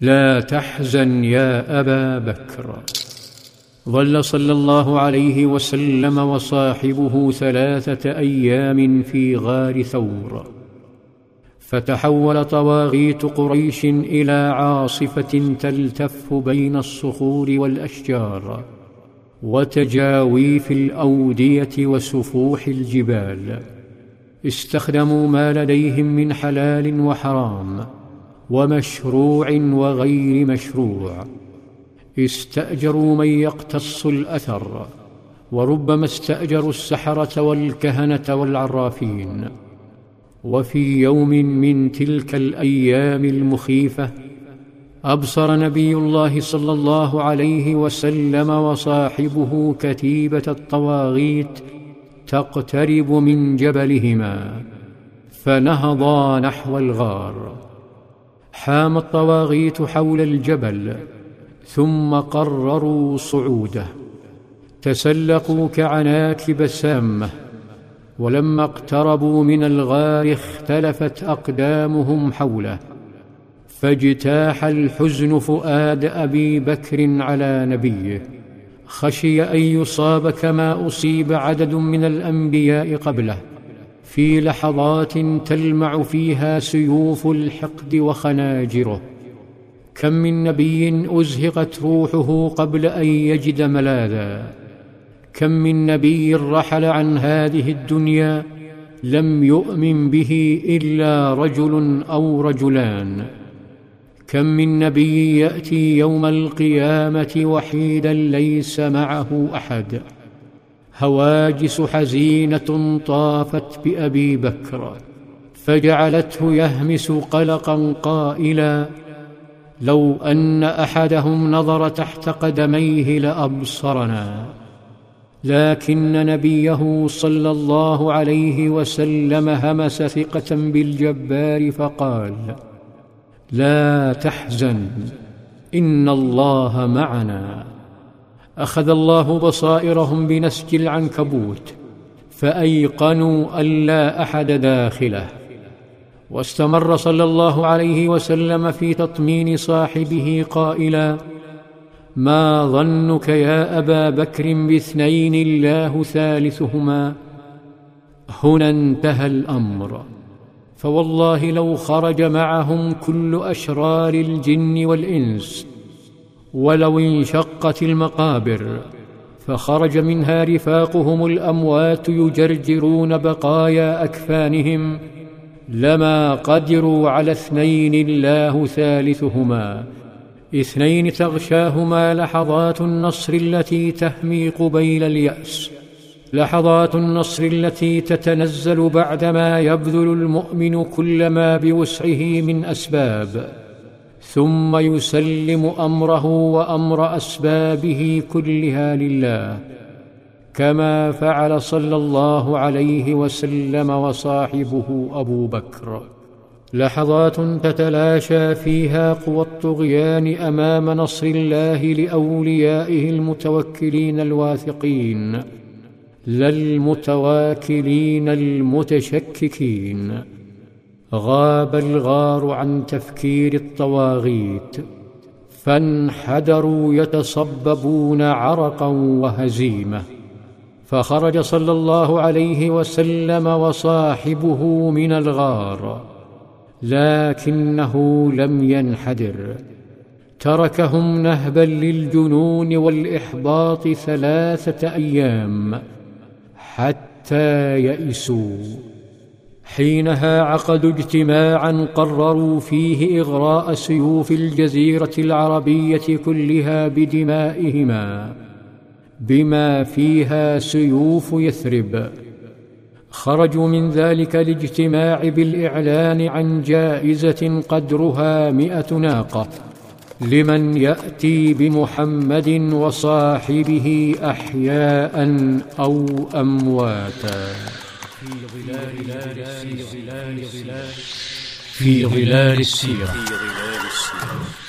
لا تحزن يا أبا بكر. ظل صلى الله عليه وسلم وصاحبه 3 أيام في غار ثور، فتحول طواغيت قريش إلى عاصفة تلتف بين الصخور والأشجار وتجاويف الأودية وسفوح الجبال. استخدموا ما لديهم من حلال وحرام ومشروع وغير مشروع، استأجروا من يقتص الأثر، وربما استأجروا السحرة والكهنة والعرافين. وفي يوم من تلك الأيام المخيفة أبصر نبي الله صلى الله عليه وسلم وصاحبه كتيبة الطواغيت تقترب من جبلهما، فنهضا نحو الغار. حام الطواغيت حول الجبل ثم قرروا صعوده. تسلقوا كعناكب سامة، ولما اقتربوا من الغار اختلفت أقدامهم حوله، فاجتاح الحزن فؤاد أبي بكر على نبيه. خشي أن يصاب كما أصيب عدد من الأنبياء قبله، في لحظات تلمع فيها سيوف الحقد وخناجره. كم من نبي أزهقت روحه قبل أن يجد ملاذا، كم من نبي رحل عن هذه الدنيا لم يؤمن به إلا رجل أو رجلان. كم من نبي يأتي يوم القيامة وحيدا ليس معه أحد. هواجس حزينة طافت بأبي بكر، فجعلته يهمس قلقا قائلا: لو أن أحدهم نظر تحت قدميه لأبصرنا. لكن نبيه صلى الله عليه وسلم همس ثقة بالجبار فقال: لا تحزن، إن الله معنا. أخذ الله بصائرهم بنسج العنكبوت، فأيقنوا أن لا أحد داخله. واستمر صلى الله عليه وسلم في تطمين صاحبه قائلا: ما ظنك يا أبا بكر ب2 الله ثالثهما؟ هنا انتهى الأمر، فوالله لو خرج معهم كل أشرار الجن والإنس، ولو انشقت المقابر فخرج منها رفاقهم الأموات يجرجرون بقايا أكفانهم، لما قدروا على 2 الله ثالثهما، 2 تغشاهما لحظات النصر التي تهمي قبيل اليأس، لحظات النصر التي تتنزل بعدما يبذل المؤمن كل ما بوسعه من أسباب، ثم يسلم أمره وأمر أسبابه كلها لله، كما فعل صلى الله عليه وسلم وصاحبه أبو بكر. لحظات تتلاشى فيها قوى الطغيان أمام نصر الله لأوليائه المتوكلين الواثقين، لا المتواكلين المتشككين. غاب الغار عن تفكير الطواغيت، فانحدروا يتصببون عرقا وهزيمة. فخرج صلى الله عليه وسلم وصاحبه من الغار، لكنه لم ينحدر، تركهم نهبا للجنون والإحباط 3 أيام حتى يئسوا. حينها عقدوا اجتماعا قرروا فيه إغراء سيوف الجزيرة العربية كلها بدمائهما، بما فيها سيوف يثرب. خرجوا من ذلك الاجتماع بالإعلان عن جائزة قدرها 100 ناقة لمن يأتي بمحمد وصاحبه أحياء أو أمواتا. في ظلال السيرة.